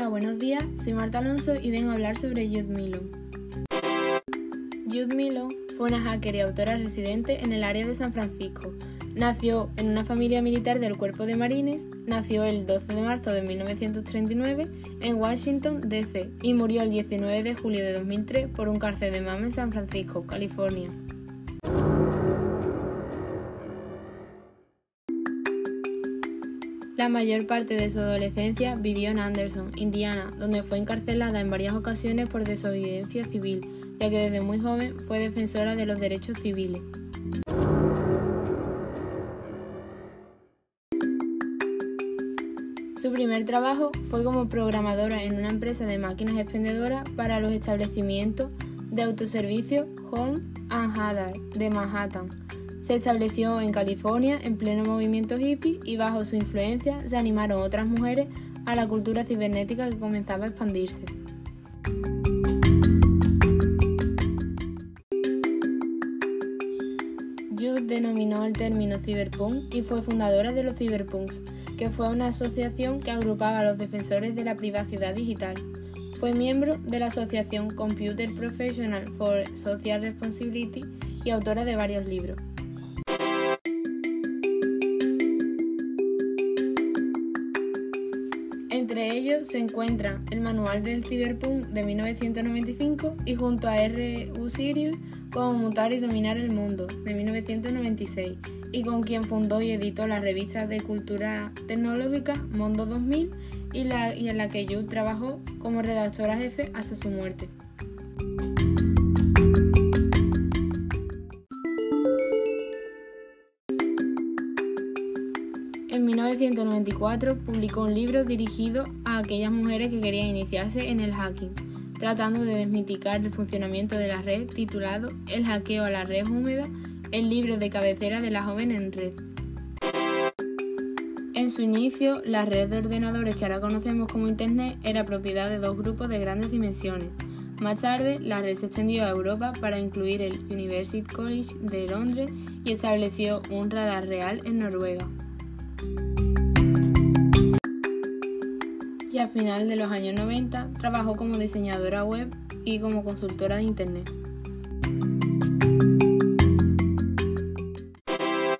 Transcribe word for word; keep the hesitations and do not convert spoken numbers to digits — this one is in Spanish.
Hola, buenos días, soy Marta Alonso y vengo a hablar sobre Jude Milo. Jude Milo fue una hacker y autora residente en el área de San Francisco. Nació en una familia militar del Cuerpo de Marines, nació el doce de marzo de mil novecientos treinta y nueve en Washington, D C y murió el diecinueve de julio de dos mil tres por un cáncer de mama en San Francisco, California. La mayor parte de su adolescencia vivió en Anderson, Indiana, donde fue encarcelada en varias ocasiones por desobediencia civil, ya que desde muy joven fue defensora de los derechos civiles. Su primer trabajo fue como programadora en una empresa de máquinas expendedoras para los establecimientos de autoservicio Home and Haddad de Manhattan. Se estableció en California en pleno movimiento hippie y bajo su influencia se animaron otras mujeres a la cultura cibernética que comenzaba a expandirse. Jude denominó el término cyberpunk y fue fundadora de los cyberpunks, que fue una asociación que agrupaba a los defensores de la privacidad digital. Fue miembro de la asociación Computer Professional for Social Responsibility y autora de varios libros. Entre ellos se encuentra el Manual del Cyberpunk de mil novecientos noventa y cinco y junto a R U Sirius Cómo mutar y dominar el mundo de mil novecientos noventa y seis y con quien fundó y editó la revista de cultura tecnológica Mondo dos mil y, la, y en la que Jude trabajó como redactora jefe hasta su muerte. En mil novecientos noventa y cuatro publicó un libro dirigido a aquellas mujeres que querían iniciarse en el hacking, tratando de desmitificar el funcionamiento de la red, titulado El hackeo a la red húmeda, el libro de cabecera de la joven en red. En su inicio, la red de ordenadores que ahora conocemos como Internet era propiedad de dos grupos de grandes dimensiones. Más tarde, la red se extendió a Europa para incluir el University College de Londres y estableció un radar real en Noruega. Y a final de los años noventa trabajó como diseñadora web y como consultora de Internet.